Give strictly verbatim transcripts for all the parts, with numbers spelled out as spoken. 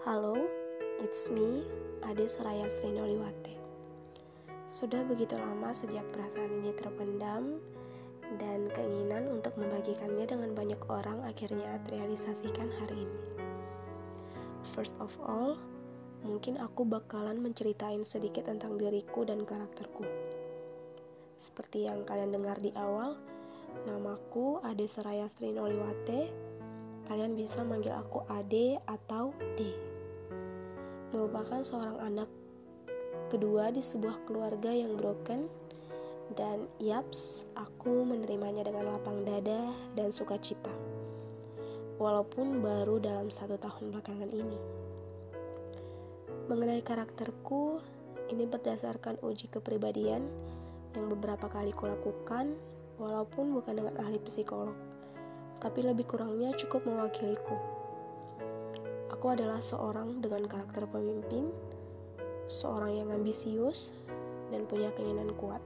Halo, it's me, Ade Soraya Srinoliwate. Sudah begitu lama sejak perasaan ini terpendam dan keinginan untuk membagikannya dengan banyak orang akhirnya terrealisasikan hari ini. First of all, mungkin aku bakalan menceritain sedikit tentang diriku dan karakterku. Seperti yang kalian dengar di awal, namaku Ade Soraya Srinoliwate. Kalian bisa manggil aku Ade atau D. Merupakan seorang anak kedua di sebuah keluarga yang broken, dan yaps, aku menerimanya dengan lapang dada dan sukacita, walaupun baru dalam satu tahun belakangan ini. Mengenai karakterku, ini berdasarkan uji kepribadian yang beberapa kali kulakukan, walaupun bukan dengan ahli psikolog, tapi lebih kurangnya cukup mewakiliku. Aku adalah seorang dengan karakter pemimpin, seorang yang ambisius, dan punya keinginan kuat.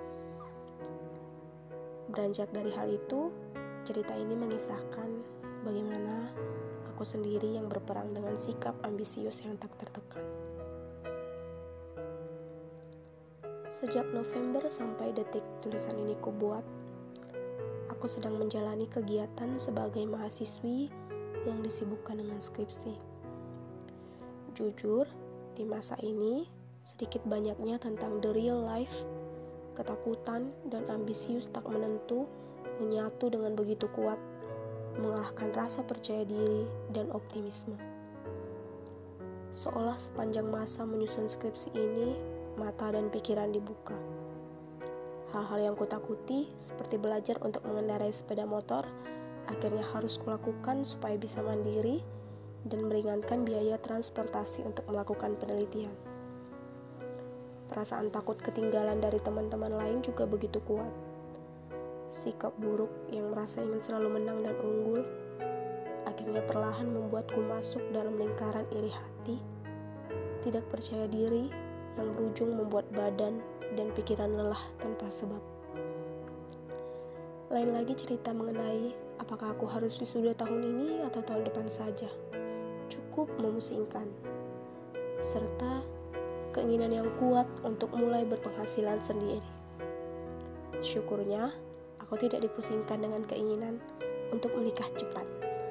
Beranjak dari hal itu, cerita ini mengisahkan bagaimana aku sendiri yang berperang dengan sikap ambisius yang tak tertekan. Sejak November sampai detik tulisan ini kubuat, aku sedang menjalani kegiatan sebagai mahasiswi yang disibukkan dengan skripsi. Jujur, di masa ini, sedikit banyaknya tentang the real life, ketakutan dan ambisius tak menentu menyatu dengan begitu kuat, mengalahkan rasa percaya diri dan optimisme. Seolah sepanjang masa menyusun skripsi ini, mata dan pikiran dibuka. Hal-hal yang kutakuti, seperti belajar untuk mengendarai sepeda motor, akhirnya harus kulakukan supaya bisa mandiri dan meringankan biaya transportasi untuk melakukan penelitian. Perasaan takut ketinggalan dari teman-teman lain juga begitu kuat. Sikap buruk yang merasa ingin selalu menang dan unggul, akhirnya perlahan membuatku masuk dalam lingkaran iri hati, tidak percaya diri yang berujung membuat badan dan pikiran lelah tanpa sebab. Lain lagi cerita mengenai apakah aku harus wisuda tahun ini atau tahun depan saja. Cukup memusingkan. Serta keinginan yang kuat untuk mulai berpenghasilan sendiri. Syukurnya, aku tidak dipusingkan dengan keinginan untuk menikah cepat.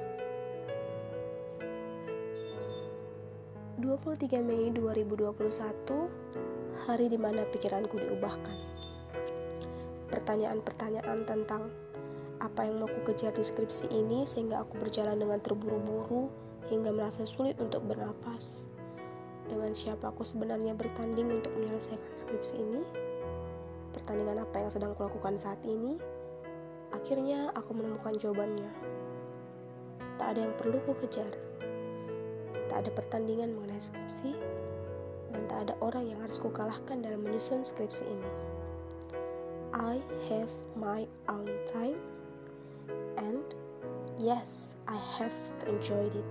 dua puluh tiga Mei dua ribu dua puluh satu, hari di mana pikiranku diubahkan. Pertanyaan-pertanyaan tentang apa yang mau aku kejar di skripsi ini sehingga aku berjalan dengan terburu-buru hingga merasa sulit untuk bernafas. Dengan siapa aku sebenarnya bertanding untuk menyelesaikan skripsi ini? Pertandingan apa yang sedang kulakukan saat ini? Akhirnya aku menemukan jawabannya. Tak ada yang perlu ku kejar. Tak ada pertandingan mengenai skripsi, dan tak ada orang yang harus kukalahkan dalam menyusun skripsi ini. I have my own time, and yes, I have to enjoy it.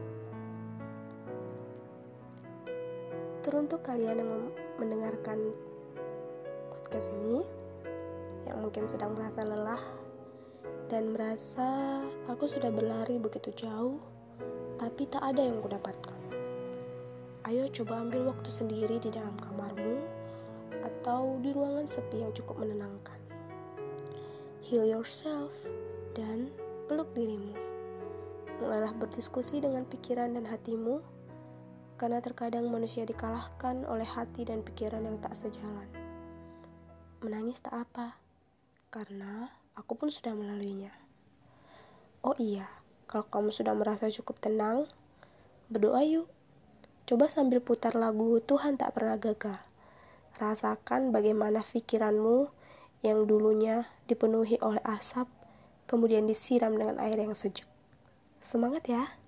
Teruntuk kalian yang mendengarkan podcast ini, yang mungkin sedang merasa lelah dan merasa aku sudah berlari begitu jauh, tapi tak ada yang kudapatkan. Ayo coba ambil waktu sendiri di dalam kamarmu atau di ruangan sepi yang cukup menenangkan. Heal yourself dan peluk dirimu. Mulailah berdiskusi dengan pikiran dan hatimu, karena terkadang manusia dikalahkan oleh hati dan pikiran yang tak sejalan. Menangis tak apa, karena aku pun sudah melaluinya. Oh iya, kalau kamu sudah merasa cukup tenang, berdoa yuk. Coba sambil putar lagu Tuhan Tak Pernah Gagal. Rasakan bagaimana pikiranmu yang dulunya dipenuhi oleh asap, kemudian disiram dengan air yang sejuk. Semangat ya!